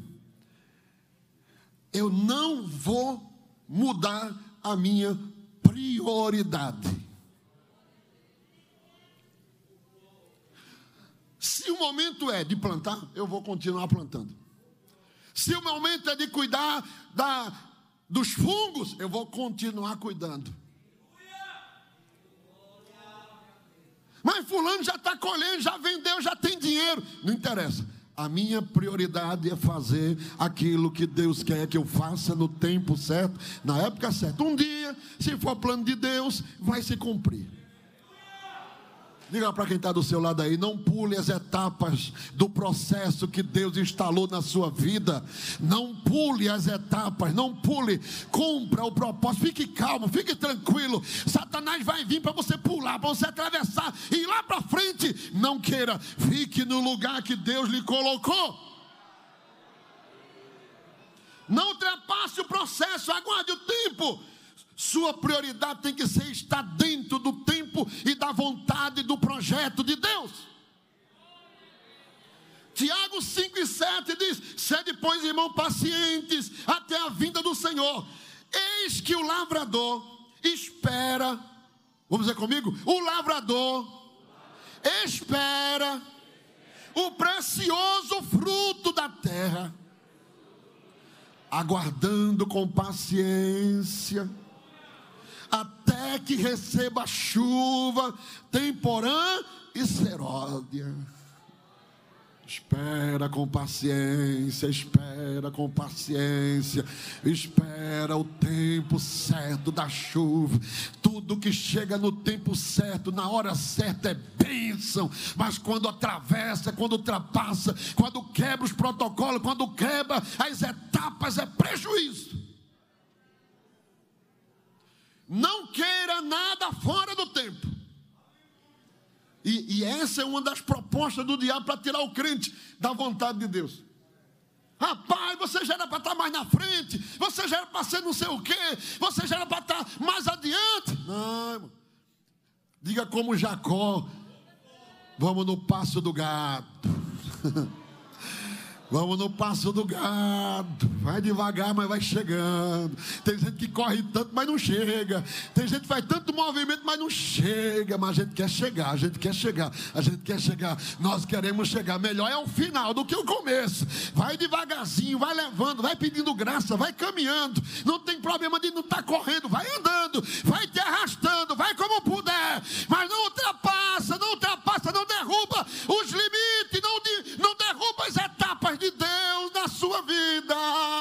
Eu não vou mudar a minha prioridade. Se o momento é de plantar, eu vou continuar plantando. Se o momento é de cuidar dos fungos, eu vou continuar cuidando. Mas fulano já está colhendo, já vendeu, já tem dinheiro. Não interessa. A minha prioridade é fazer aquilo que Deus quer que eu faça no tempo certo, na época certa. Um dia, se for plano de Deus, vai se cumprir. Diga para quem está do seu lado aí: não pule as etapas do processo que Deus instalou na sua vida. Não pule as etapas, não pule. Cumpra o propósito, fique calmo, fique tranquilo. Satanás vai vir para você pular, para você atravessar e ir lá para frente. Não queira, fique no lugar que Deus lhe colocou. Não ultrapasse o processo, aguarde o tempo. Sua prioridade tem que ser estar dentro do tempo e da vontade do projeto de Deus. Tiago 5:7 diz: sede, pois, irmãos, pacientes até a vinda do Senhor. Eis que o lavrador espera. Vamos dizer comigo? O lavrador espera o precioso fruto da terra, aguardando com paciência até que receba chuva, temporã e seródia. Espera com paciência, espera com paciência, espera o tempo certo da chuva. Tudo que chega no tempo certo, na hora certa, é bênção. Mas quando atravessa, quando ultrapassa, quando quebra os protocolos, quando quebra as etapas, é prejuízo. Não queira nada fora do tempo. E essa é uma das propostas do diabo para tirar o crente da vontade de Deus. Rapaz, você já era para estar mais na frente, você já era para ser não sei o quê, você já era para estar mais adiante. Não, irmão. Diga como Jacó: vamos no passo do gado. Vamos no passo do gado. Vai devagar, mas vai chegando. Tem gente que corre tanto, mas não chega. Tem gente que faz tanto movimento, mas não chega. Mas a gente quer chegar, a gente quer chegar, a gente quer chegar. Nós queremos chegar. Melhor é o final do que o começo. Vai devagarzinho, vai levando, vai pedindo graça, vai caminhando. Não tem problema de não estar correndo. Vai andando, vai te arrastando, vai como puder. Mas não ultrapassa, não derruba os limites, não derruba as etapas de Deus na sua vida.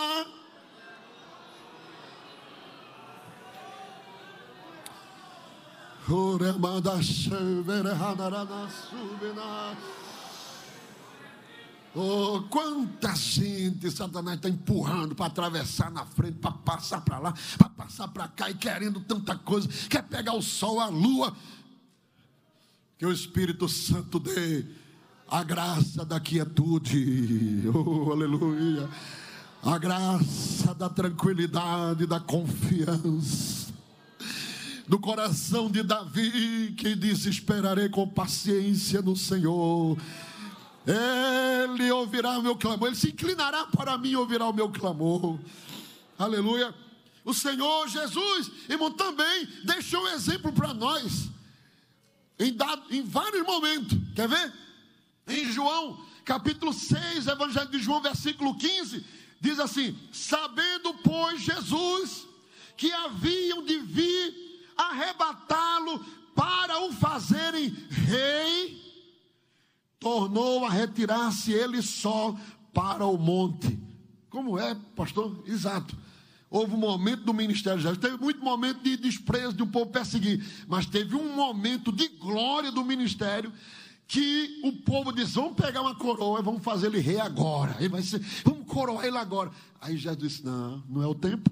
Oh, quanta gente Satanás está empurrando para atravessar na frente, para passar para lá, para passar para cá, e querendo tanta coisa, quer pegar o sol, a lua. Que o Espírito Santo dê a graça da quietude, oh, aleluia, a graça da tranquilidade, da confiança, do coração de Davi, que disse: esperarei com paciência no Senhor, Ele ouvirá o meu clamor, Ele se inclinará para mim e ouvirá o meu clamor, aleluia. O Senhor Jesus, irmão, também deixou um exemplo para nós, em vários momentos. Quer ver? Em João, capítulo 6, Evangelho de João, versículo 15, diz assim: sabendo, pois, Jesus que haviam de vir arrebatá-lo para o fazerem rei, tornou a retirar-se ele só para o monte. Como é, pastor? Exato. Houve um momento do ministério de Jesus, teve muito momento de desprezo, de um povo perseguir, mas teve um momento de glória do ministério, que o povo disse: vamos pegar uma coroa e vamos fazer ele rei agora. Ele vai ser, vamos coroar ele agora. Aí Jesus disse: não é o tempo.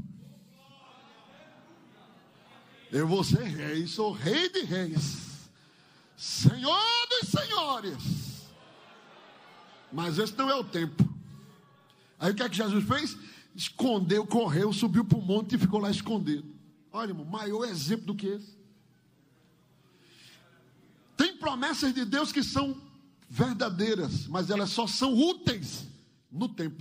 Eu vou ser rei, sou rei de reis, Senhor dos senhores. Mas esse não é o tempo. Aí o que é que Jesus fez? Escondeu, correu, subiu para o monte e ficou lá escondido. Olha, irmão, maior exemplo do que esse. Tem promessas de Deus que são verdadeiras, mas elas só são úteis no tempo.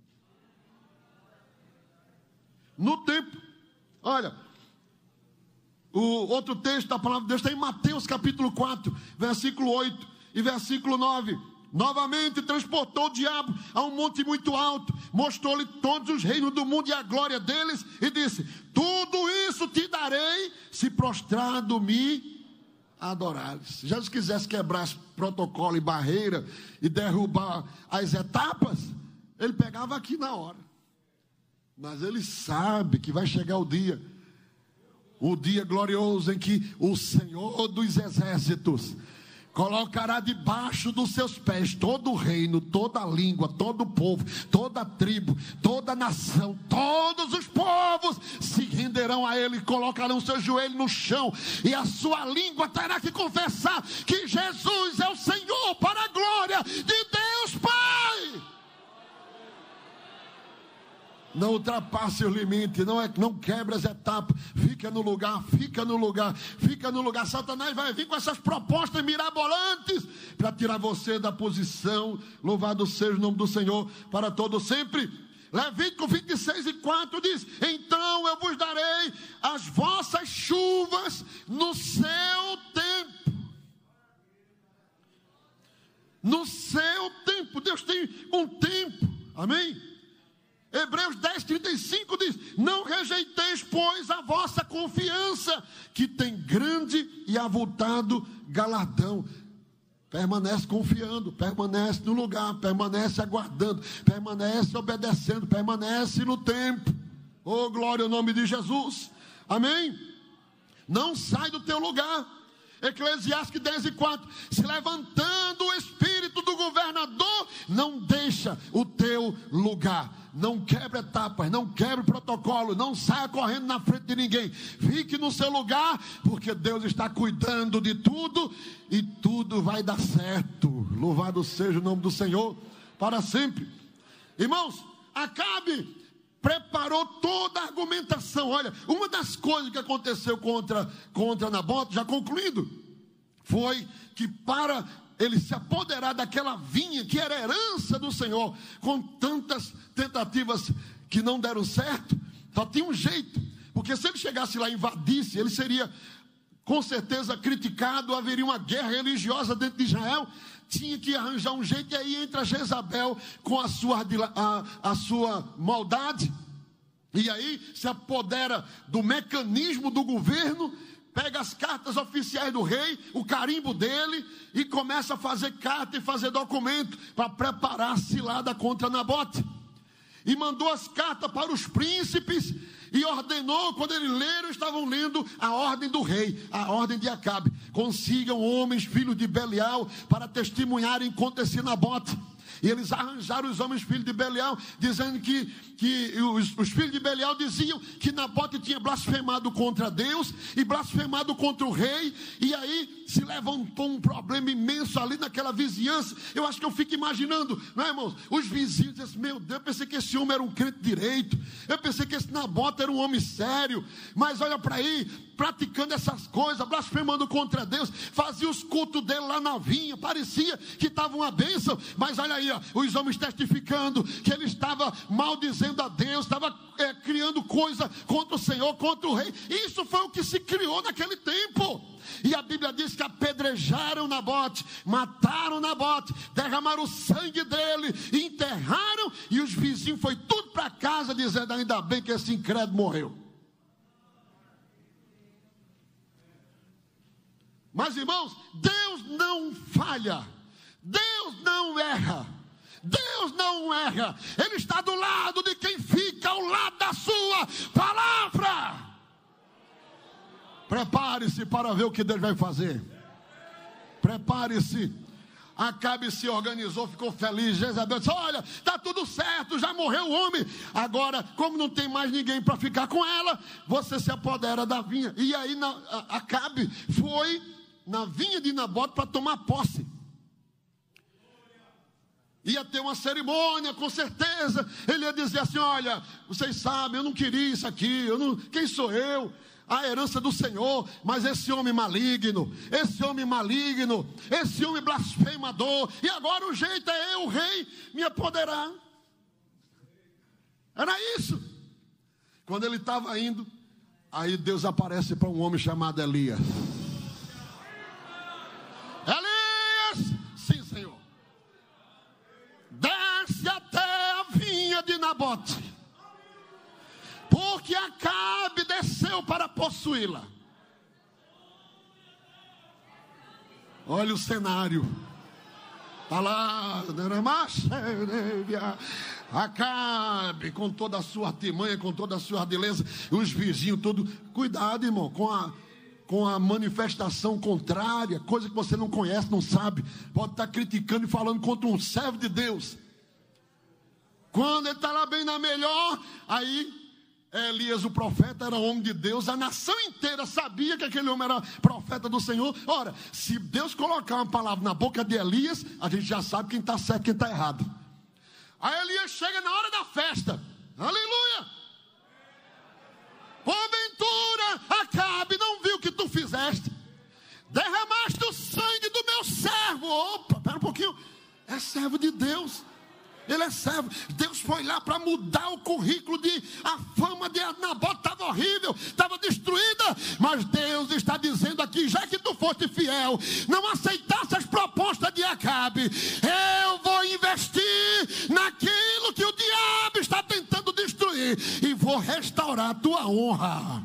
No tempo. Olha, o outro texto da palavra de Deus está em Mateus capítulo 4, versículo 8 e versículo 9. Novamente transportou o diabo a um monte muito alto, mostrou-lhe todos os reinos do mundo e a glória deles, e disse: tudo isso te darei, se prostrado me adorares. Se Jesus quisesse quebrar protocolo e barreira e derrubar as etapas, ele pegava aqui na hora. Mas ele sabe que vai chegar o dia glorioso em que o Senhor dos exércitos colocará debaixo dos seus pés todo o reino, toda a língua, todo o povo, toda a tribo, toda a nação. Todos os povos se renderão a ele, colocarão seu joelho no chão, e a sua língua terá que confessar que Jesus é o Senhor, para a glória de Deus Pai. Não ultrapasse o limite, não quebre as etapas, fica no lugar, fica no lugar, fica no lugar. Satanás vai vir com essas propostas mirabolantes para tirar você da posição. Louvado seja o nome do Senhor para todo sempre. Levítico 26:4 diz: então eu vos darei as vossas chuvas no seu tempo. No seu tempo. Deus tem um tempo, amém? Hebreus 10:35 diz: não rejeiteis, pois, a vossa confiança, que tem grande e avultado galardão. Permanece confiando, permanece no lugar, permanece aguardando, permanece obedecendo, permanece no tempo. Oh, glória ao nome de Jesus, amém? Não sai do teu lugar. Eclesiastes 10:4: se levantando o espírito do governador, não deixa o teu lugar. Não quebre etapas, não quebre protocolo, não saia correndo na frente de ninguém. Fique no seu lugar, porque Deus está cuidando de tudo e tudo vai dar certo. Louvado seja o nome do Senhor para sempre. Irmãos, Acabe preparou toda a argumentação. Olha, uma das coisas que aconteceu contra Nabote, já concluindo, foi que para ele se apoderar daquela vinha que era herança do Senhor, com tantas tentativas que não deram certo, só tinha um jeito, porque se ele chegasse lá e invadisse, ele seria com certeza criticado, haveria uma guerra religiosa dentro de Israel. Tinha que arranjar um jeito, e aí entra Jezabel com a sua maldade, e aí se apodera do mecanismo do governo, pega as cartas oficiais do rei, o carimbo dele, e começa a fazer carta e fazer documento para preparar a cilada contra Nabote. E mandou as cartas para os príncipes e ordenou, quando eles leram, estavam lendo a ordem do rei, a ordem de Acabe: consigam homens, filhos de Belial, para testemunharem contra esse Nabote. E eles arranjaram os homens filhos de Belial, dizendo que os filhos de Belial diziam que Nabote tinha blasfemado contra Deus e blasfemado contra o rei. E aí se levantou um problema imenso ali naquela vizinhança. Eu acho que eu fico imaginando, não é, irmãos? Os vizinhos dizem: meu Deus, eu pensei que esse homem era um crente direito, eu pensei que esse Nabote era um homem sério, mas olha para aí, praticando essas coisas, blasfemando contra Deus, fazia os cultos dele lá na vinha, parecia que estava uma bênção, mas olha aí, ó, os homens testificando que ele estava maldizendo a Deus, estava criando coisa contra o Senhor, contra o rei. Isso foi o que se criou naquele tempo. E a Bíblia diz que apedrejaram Nabote, mataram Nabote, derramaram o sangue dele, enterraram, e os vizinhos foi tudo para casa dizendo: ainda bem que esse incrédulo morreu. Mas, irmãos, Deus não falha, Deus não erra, Deus não erra. Ele está do lado de quem fica ao lado da sua palavra. Prepare-se para ver o que Deus vai fazer. Prepare-se. Acabe se organizou, ficou feliz. Jezabel disse: olha, está tudo certo, já morreu o homem. Agora, como não tem mais ninguém para ficar com ela, você se apodera da vinha. E aí Acabe foi na vinha de Nabote para tomar posse. Ia ter uma cerimônia, com certeza. Ele ia dizer assim: olha, vocês sabem, eu não queria isso aqui, quem sou eu? A herança do Senhor. Mas esse homem maligno, esse homem blasfemador, e agora o jeito é eu, o rei, me apoderar. Era isso. Quando ele estava indo, aí Deus aparece para um homem chamado Elias. Elias, sim, Senhor, desce até a vinha de Nabote, porque Acabe desceu para possuí-la. Olha o cenário. Está lá Acabe com toda a sua artimanha, com toda a sua ardileza, os vizinhos todos. Cuidado, irmão, com a manifestação contrária, coisa que você não conhece, não sabe, pode estar criticando e falando contra um servo de Deus. Quando ele está lá bem na melhor, aí Elias, o profeta, era homem de Deus, a nação inteira sabia que aquele homem era profeta do Senhor. Ora, se Deus colocar uma palavra na boca de Elias, a gente já sabe quem está certo e quem está errado. Aí Elias chega na hora da festa, aleluia! Porventura, Acabe não viu o que tu fizeste? Derramaste o sangue do meu servo. Opa, espera um pouquinho, é servo de Deus. Ele é servo. Deus foi lá para mudar o currículo a fama de Nabote estava horrível, estava destruída. Mas Deus está dizendo aqui: já que tu foste fiel, não aceitasse as propostas de Acabe, eu vou investir naquilo que o diabo está tentando destruir e vou restaurar a tua honra.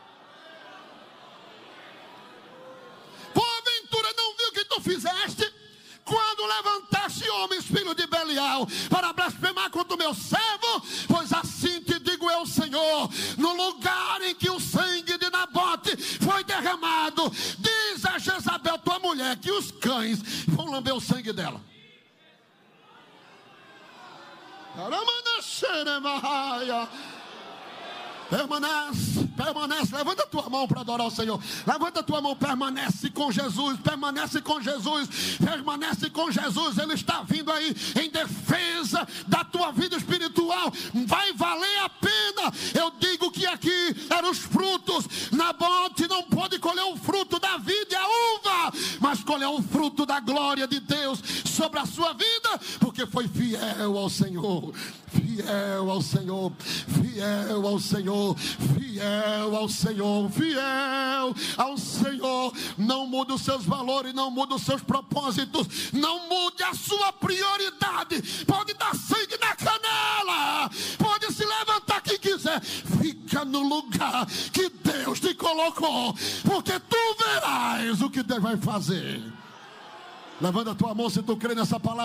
Porventura não viu o que tu fizeste? Quando levantaste homens, filhos de Belial, para blasfemar contra o meu servo, pois assim te digo eu, Senhor, no lugar em que o sangue de Nabote foi derramado, diz a Jezabel, tua mulher, que os cães vão lamber o sangue dela. Permanece, permanece. Levanta a tua mão para adorar o Senhor. Levanta a tua mão, permanece com Jesus. Permanece com Jesus. Permanece com Jesus. Ele está vindo aí em defesa da tua vida espiritual. Vai valer a pena. Eu digo que aqui eram os frutos. Nabote não pôde colher o fruto da vida e a uva, mas colheu o fruto da glória de Deus sobre a sua vida, porque foi fiel ao Senhor. Fiel ao Senhor, fiel ao Senhor, fiel ao Senhor, fiel ao Senhor. Não mude os seus valores, não mude os seus propósitos, não mude a sua prioridade. Pode dar sangue na canela, pode se levantar quem quiser, fica no lugar que Deus te colocou, porque tu verás o que Deus vai fazer. Levanta a tua mão se tu crê nessa palavra.